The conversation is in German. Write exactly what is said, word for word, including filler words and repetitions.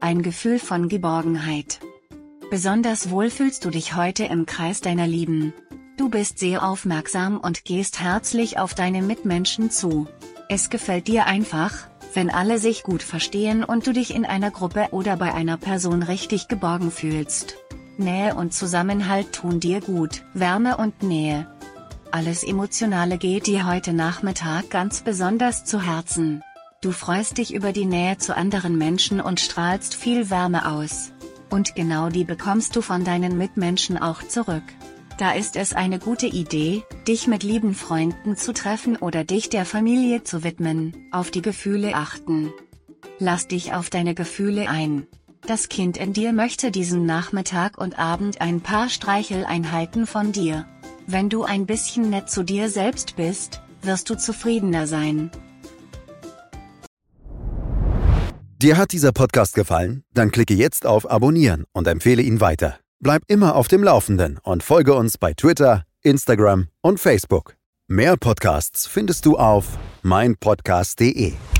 ein Gefühl von Geborgenheit. Besonders wohl fühlst du dich heute im Kreis deiner Lieben. Du bist sehr aufmerksam und gehst herzlich auf deine Mitmenschen zu. Es gefällt dir einfach, wenn alle sich gut verstehen und du dich in einer Gruppe oder bei einer Person richtig geborgen fühlst. Nähe und Zusammenhalt tun dir gut, Wärme und Nähe. Alles Emotionale geht dir heute Nachmittag ganz besonders zu Herzen. Du freust dich über die Nähe zu anderen Menschen und strahlst viel Wärme aus. Und genau die bekommst du von deinen Mitmenschen auch zurück. Da ist es eine gute Idee, dich mit lieben Freunden zu treffen oder dich der Familie zu widmen, auf die Gefühle achten. Lass dich auf deine Gefühle ein. Das Kind in dir möchte diesen Nachmittag und Abend ein paar Streicheleinheiten von dir. Wenn du ein bisschen nett zu dir selbst bist, wirst du zufriedener sein. Dir hat dieser Podcast gefallen? Dann klicke jetzt auf Abonnieren und empfehle ihn weiter. Bleib immer auf dem Laufenden und folge uns bei Twitter, Instagram und Facebook. Mehr Podcasts findest du auf mein podcast punkt de.